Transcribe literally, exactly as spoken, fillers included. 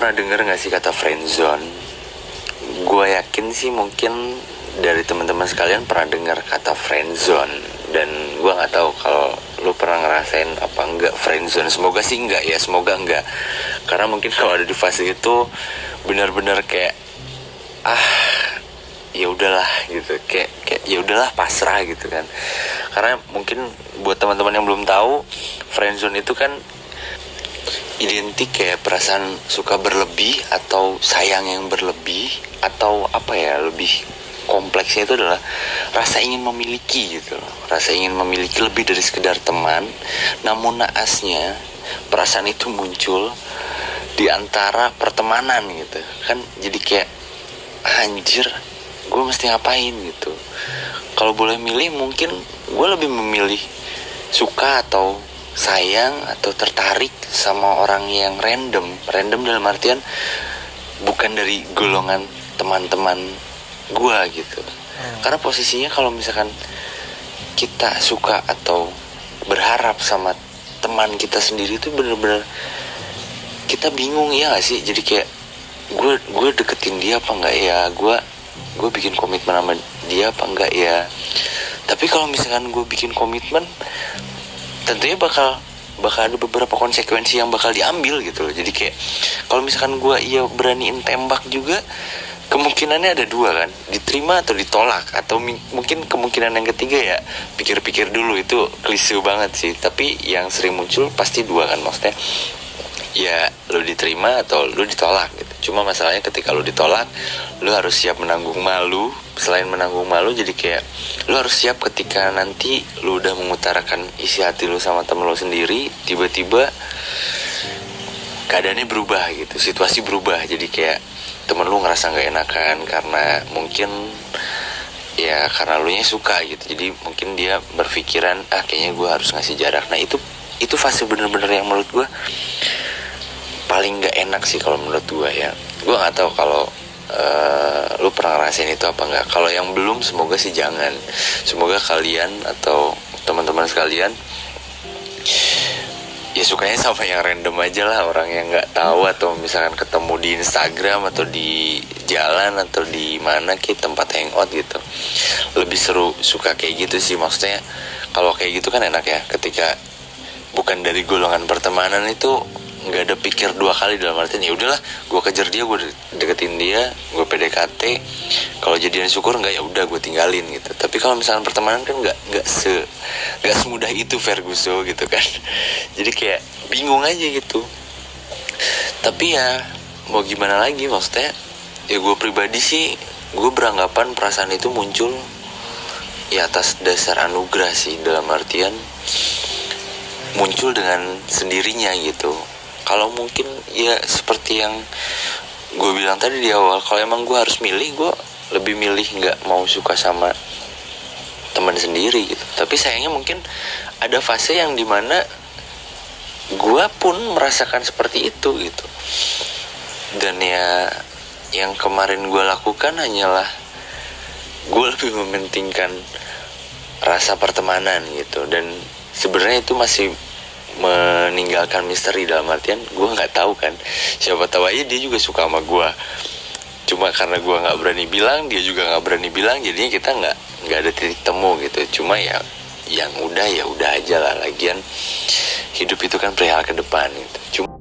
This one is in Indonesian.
pernah denger gak sih kata friendzone? Gue yakin sih mungkin dari teman-teman sekalian pernah dengar kata friendzone. Dan gue gak tahu kalau lu pernah ngerasain apa enggak friendzone. Semoga sih enggak ya, semoga enggak. Karena mungkin kalau ada di fase itu benar-benar kayak ah ya udahlah gitu, kayak kayak ya udahlah pasrah gitu kan. Karena mungkin buat teman-teman yang belum tahu, friendzone itu kan identik kayak perasaan suka berlebih atau sayang yang berlebih, atau apa ya, lebih kompleksnya itu adalah rasa ingin memiliki gitu loh. Rasa ingin memiliki lebih dari sekedar teman. Namun naasnya perasaan itu muncul di antara pertemanan gitu kan. Jadi kayak anjir, gue mesti ngapain gitu. Kalau boleh milih mungkin gue lebih memilih suka atau sayang atau tertarik sama orang yang random. Random dalam artian bukan dari golongan teman-teman gue gitu. hmm. Karena posisinya kalau misalkan kita suka atau berharap sama teman kita sendiri itu bener-bener kita bingung ya gak sih. Jadi kayak gue gue deketin dia apa enggak ya, gue gue bikin komitmen sama dia apa enggak ya. Tapi kalau misalkan gue bikin komitmen, tentunya bakal bakal ada beberapa konsekuensi yang bakal diambil gitu loh. Jadi kayak kalau misalkan gue iya beraniin tembak juga, kemungkinannya ada dua kan, diterima atau ditolak. Atau mi- mungkin kemungkinan yang ketiga ya pikir-pikir dulu. Itu klise banget sih, tapi yang sering muncul pasti dua kan. Maksudnya ya lu diterima atau lu ditolak gitu. Cuma masalahnya ketika lu ditolak, lu harus siap menanggung malu. Selain menanggung malu, jadi kayak lu harus siap ketika nanti lu udah mengutarakan isi hati lu sama temen lu sendiri, tiba-tiba keadaannya berubah gitu, situasi berubah. Jadi kayak temen lu ngerasa gak enakan karena mungkin ya karena lu nya suka gitu. Jadi mungkin dia berpikiran ah kayaknya gue harus ngasih jarak. Nah itu itu fase bener-bener yang menurut gue paling gak enak sih kalau menurut gue ya. Gue gak tahu kalau uh, lu pernah ngerasain itu apa enggak. Kalau yang belum, semoga sih jangan. Semoga kalian atau teman-teman sekalian ya sukanya sama yang random aja lah, orang yang gak tahu. Atau misalkan ketemu di Instagram atau di jalan atau di mana ke tempat hangout gitu, lebih seru suka kayak gitu sih. Maksudnya kalau kayak gitu kan enak ya, ketika bukan dari golongan pertemanan itu nggak ada pikir dua kali. Dalam artian ya udahlah, gue kejar dia, gue deketin dia, gue P D K T, kalau jadian syukur, nggak ya udah gue tinggalin gitu. Tapi kalau misalnya pertemanan kan nggak nggak se nggak semudah itu Ferguson gitu kan. Jadi kayak bingung aja gitu. Tapi ya mau gimana lagi, maksudnya ya gue pribadi sih, gue beranggapan perasaan itu muncul ya atas dasar anugerah sih. Dalam artian muncul dengan sendirinya gitu. Kalau mungkin ya seperti yang gue bilang tadi di awal, kalau emang gue harus milih, gue lebih milih nggak mau suka sama teman sendiri gitu. Tapi sayangnya mungkin ada fase yang dimana gue pun merasakan seperti itu gitu. Dan ya yang kemarin gue lakukan hanyalah gue lebih mementingkan rasa pertemanan gitu. Dan sebenarnya itu masih meninggalkan misteri. Dalam artian gue nggak tahu kan, siapa tahu aja dia juga suka sama gue. Cuma karena gue nggak berani bilang, dia juga nggak berani bilang, jadinya kita nggak nggak ada titik temu gitu. Cuma ya yang udah ya udah aja lah. Lagian hidup itu kan perihal ke depan gitu. Cuma